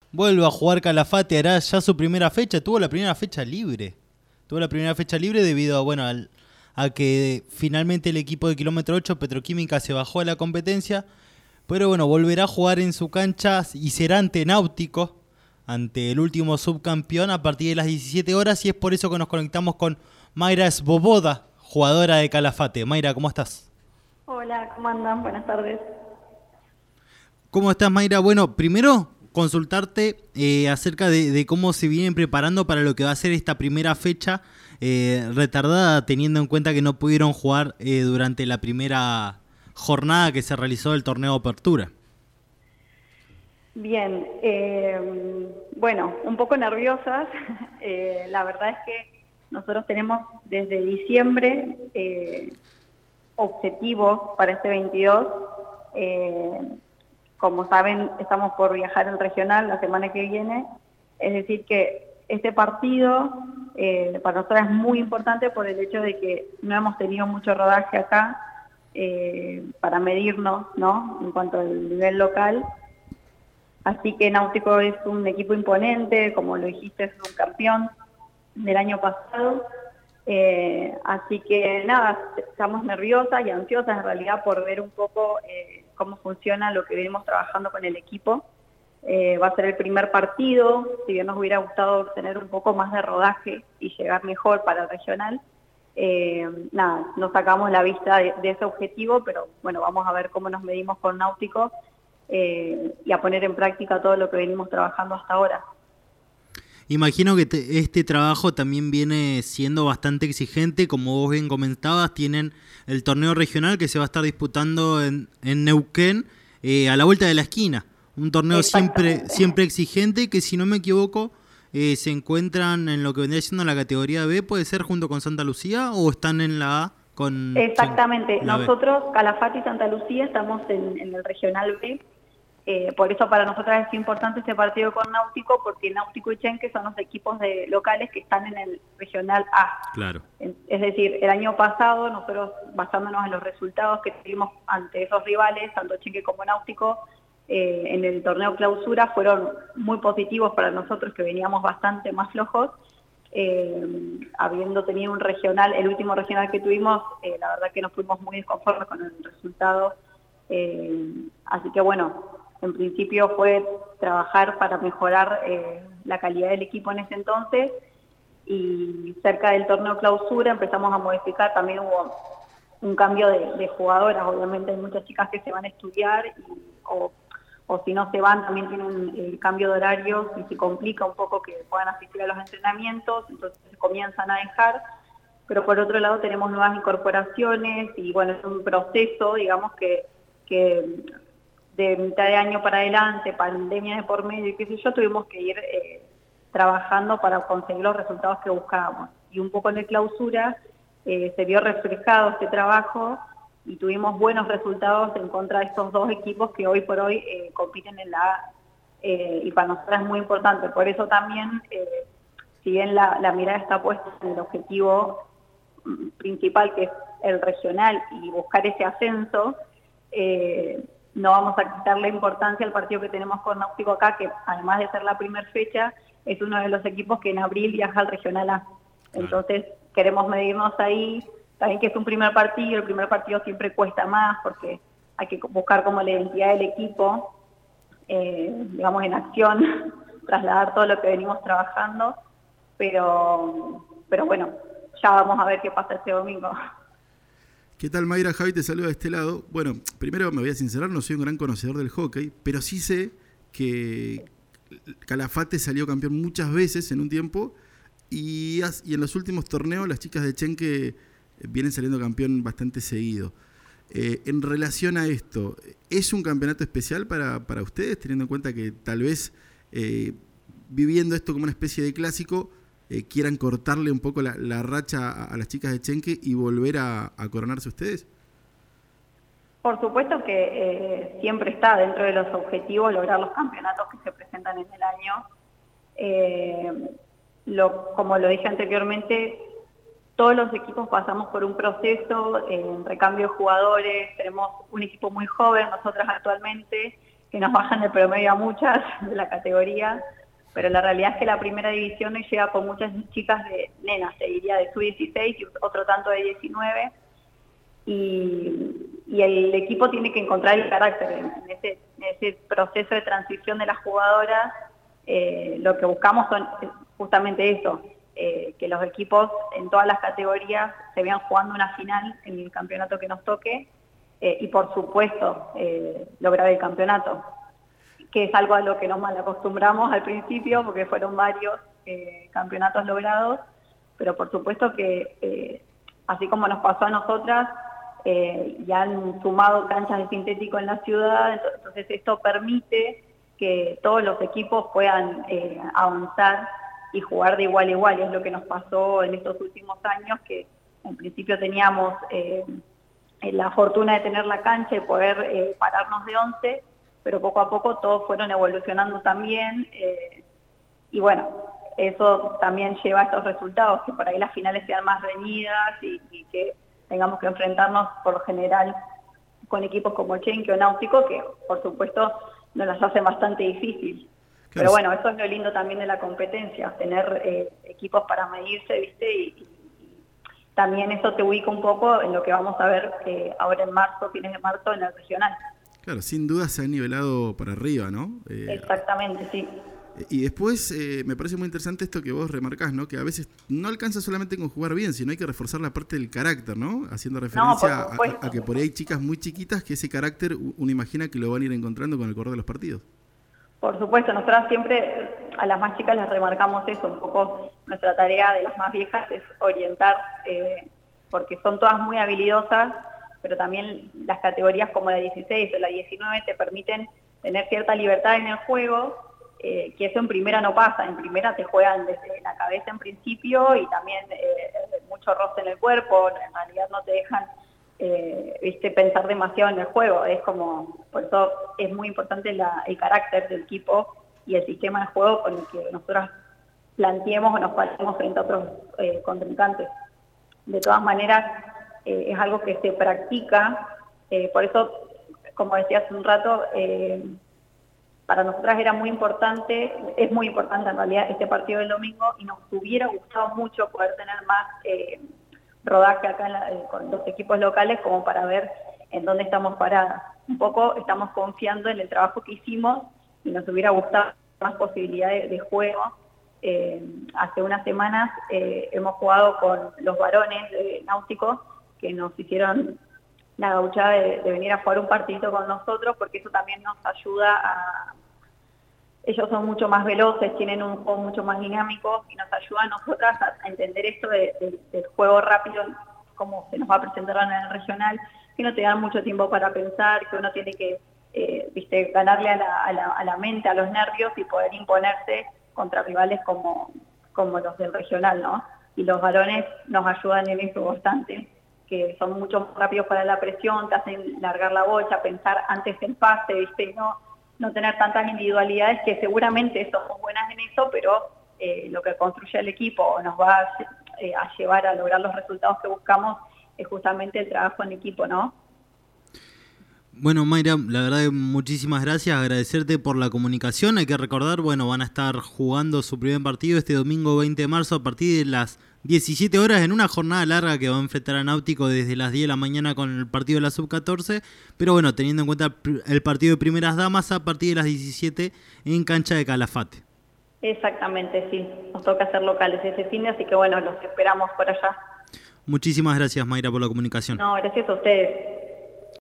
Vuelve a jugar Calafate, hará ya su primera fecha. Tuvo la primera fecha libre. Tuvo la primera fecha libre debido a, bueno, a que finalmente el equipo de kilómetro 8, Petroquímica, se bajó de la competencia. Pero bueno, volverá a jugar en su cancha y será ante Náutico, ante el último subcampeón, a partir de las 17 horas. Y es por eso que nos conectamos con Mayra Svoboda, jugadora de Calafate. Mayra, ¿cómo estás? Hola, ¿cómo andan? Buenas tardes. ¿Cómo estás, Mayra? Bueno, primero consultarte acerca de cómo se vienen preparando para lo que va a ser esta primera fecha retardada, teniendo en cuenta que no pudieron jugar durante la primera jornada que se realizó del torneo de apertura. Bien, bueno, un poco nerviosas. La verdad es que nosotros tenemos desde diciembre objetivos para este 22. Eh, Como saben, estamos por viajar al regional la semana que viene. Es decir, que este partido para nosotros es muy importante por el hecho de que no hemos tenido mucho rodaje acá para medirnos, ¿no? En cuanto al nivel local. Así que Náutico es un equipo imponente, como lo dijiste, es un campeón del año pasado. Así que nada, estamos nerviosas y ansiosas en realidad por ver un poco cómo funciona lo que venimos trabajando con el equipo. Va a ser el primer partido, si bien nos hubiera gustado tener un poco más de rodaje y llegar mejor para el regional. Nada, nos sacamos la vista de ese objetivo, pero bueno, vamos a ver cómo nos medimos con Náutico y a poner en práctica todo lo que venimos trabajando hasta ahora. Imagino que este trabajo también viene siendo bastante exigente. Como vos bien comentabas, tienen el torneo regional que se va a estar disputando en Neuquén a la vuelta de la esquina. Un torneo Exactamente. siempre exigente que, si no me equivoco, se encuentran en lo que vendría siendo la categoría B, puede ser junto con Santa Lucía, o están en la A con Exactamente. la B. Nosotros, Calafate y Santa Lucía, estamos en el regional B. Por eso para nosotros es importante este partido con Náutico, porque Náutico y Chenque son los equipos locales que están en el regional A. Claro. Es decir, el año pasado nosotros, basándonos en los resultados que tuvimos ante esos rivales, tanto Chenque como Náutico, en el torneo clausura fueron muy positivos para nosotros, que veníamos bastante más flojos. Habiendo tenido un regional, el último regional que tuvimos, la verdad que nos fuimos muy desconformes con el resultado. Así que bueno, en principio fue trabajar para mejorar la calidad del equipo en ese entonces, y cerca del torneo clausura empezamos a modificar. También hubo un cambio de jugadoras. Obviamente hay muchas chicas que se van a estudiar o si no se van, también tienen el cambio de horario y se complica un poco que puedan asistir a los entrenamientos, entonces se comienzan a dejar. Pero por otro lado tenemos nuevas incorporaciones y bueno, es un proceso, digamos, que de mitad de año para adelante, pandemia de por medio y qué sé yo, tuvimos que ir trabajando para conseguir los resultados que buscábamos. Y un poco en el clausura se vio reflejado este trabajo y tuvimos buenos resultados en contra de estos dos equipos que hoy por hoy compiten en la A, y para nosotros es muy importante. Por eso también, si bien la mirada está puesta en el objetivo principal, que es el regional y buscar ese ascenso, no vamos a quitarle importancia al partido que tenemos con Náutico acá, que además de ser la primera fecha, es uno de los equipos que en abril viaja al regional A. Entonces queremos medirnos ahí. También que es un primer partido, el primer partido siempre cuesta más porque hay que buscar como la identidad del equipo, digamos, en acción, trasladar todo lo que venimos trabajando, pero bueno, ya vamos a ver qué pasa este domingo. ¿Qué tal, Mayra? Javi te saluda de este lado. Bueno, primero me voy a sincerar, no soy un gran conocedor del hockey, pero sí sé que Calafate salió campeón muchas veces en un tiempo y en los últimos torneos las chicas de Chenque vienen saliendo campeón bastante seguido. En relación a esto, ¿es un campeonato especial para ustedes, teniendo en cuenta que tal vez viviendo esto como una especie de clásico, quieran cortarle un poco la racha a las chicas de Chenque y volver a coronarse ustedes? Por supuesto que siempre está dentro de los objetivos lograr los campeonatos que se presentan en el año. Como lo dije anteriormente, todos los equipos pasamos por un proceso en recambio de jugadores. Tenemos un equipo muy joven nosotras actualmente, nos bajan el promedio a muchas de la categoría, pero la realidad es que la primera división hoy llega con muchas chicas de nenas, te diría de sub-16 y otro tanto de 19, y el equipo tiene que encontrar el carácter en ese proceso de transición de las jugadoras. Lo que buscamos son justamente eso, que los equipos en todas las categorías se vean jugando una final en el campeonato que nos toque, y por supuesto lograr el campeonato, que es algo a lo que nos mal acostumbramos al principio porque fueron varios campeonatos logrados, pero por supuesto que así como nos pasó a nosotras, ya han sumado canchas de sintético en la ciudad, entonces esto permite que todos los equipos puedan avanzar y jugar de igual a igual. Es lo que nos pasó en estos últimos años, que en principio teníamos la fortuna de tener la cancha y poder pararnos de 11, pero poco a poco todos fueron evolucionando también, y bueno, eso también lleva a estos resultados, que por ahí las finales sean más reñidas y que tengamos que enfrentarnos por lo general con equipos como Chenque o Náutico, que por supuesto nos las hacen bastante difícil. Claro. Pero bueno, eso es lo lindo también de la competencia, tener equipos para medirse, ¿viste? Y también eso te ubica un poco en lo que vamos a ver ahora en marzo, fines de marzo, en el regional. Claro, sin duda se ha nivelado para arriba, ¿no? Exactamente, sí. Y después me parece muy interesante esto que vos remarcás, ¿no? Que a veces no alcanza solamente con jugar bien, sino hay que reforzar la parte del carácter, ¿no? Haciendo referencia a que por ahí hay chicas muy chiquitas que ese carácter uno imagina que lo van a ir encontrando con el correr de los partidos. Por supuesto, nosotras siempre a las más chicas les remarcamos eso, un poco nuestra tarea de las más viejas es orientar, porque son todas muy habilidosas, pero también las categorías como la 16 o la 19 te permiten tener cierta libertad en el juego, que eso en primera no pasa. En primera te juegan desde la cabeza en principio y también mucho roce en el cuerpo, en realidad no te dejan pensar demasiado en el juego. Es como, por eso es muy importante el carácter del equipo y el sistema de juego con el que nosotros planteemos o nos paremos frente a otros contrincantes. De todas maneras, es algo que se practica, por eso, como decía hace un rato, para nosotras era muy importante, es muy importante en realidad este partido del domingo, y nos hubiera gustado mucho poder tener más rodaje acá con los equipos locales como para ver en dónde estamos paradas. Un poco estamos confiando en el trabajo que hicimos y nos hubiera gustado más posibilidades de juego. Hace unas semanas hemos jugado con los varones de Náutico, que nos hicieron la gauchada de venir a jugar un partidito con nosotros, porque eso también nos ayuda a... Ellos son mucho más veloces, tienen un juego mucho más dinámico y nos ayuda a nosotras a entender esto del juego rápido, como se nos va a presentar en el regional, que no te dan mucho tiempo para pensar, que uno tiene que ganarle a la mente, a los nervios y poder imponerse contra rivales como los del regional, ¿no? Y los varones nos ayudan en eso bastante, que son mucho más rápidos para la presión, te hacen largar la bocha, pensar antes del pase, ¿viste? No tener tantas individualidades, que seguramente somos buenas en eso, pero lo que construye el equipo nos va a llevar a lograr los resultados que buscamos es justamente el trabajo en equipo, ¿no? Bueno, Mayra, la verdad muchísimas gracias, agradecerte por la comunicación. Hay que recordar, bueno, van a estar jugando su primer partido este domingo 20 de marzo a partir de las 17 horas en una jornada larga que va a enfrentar a Náutico desde las 10 de la mañana con el partido de la Sub-14, pero bueno, teniendo en cuenta el partido de primeras damas a partir de las 17 en cancha de Calafate. Exactamente, sí, nos toca hacer locales ese fin de, así que bueno, los esperamos por allá. Muchísimas gracias, Mayra, por la comunicación. No, gracias a ustedes.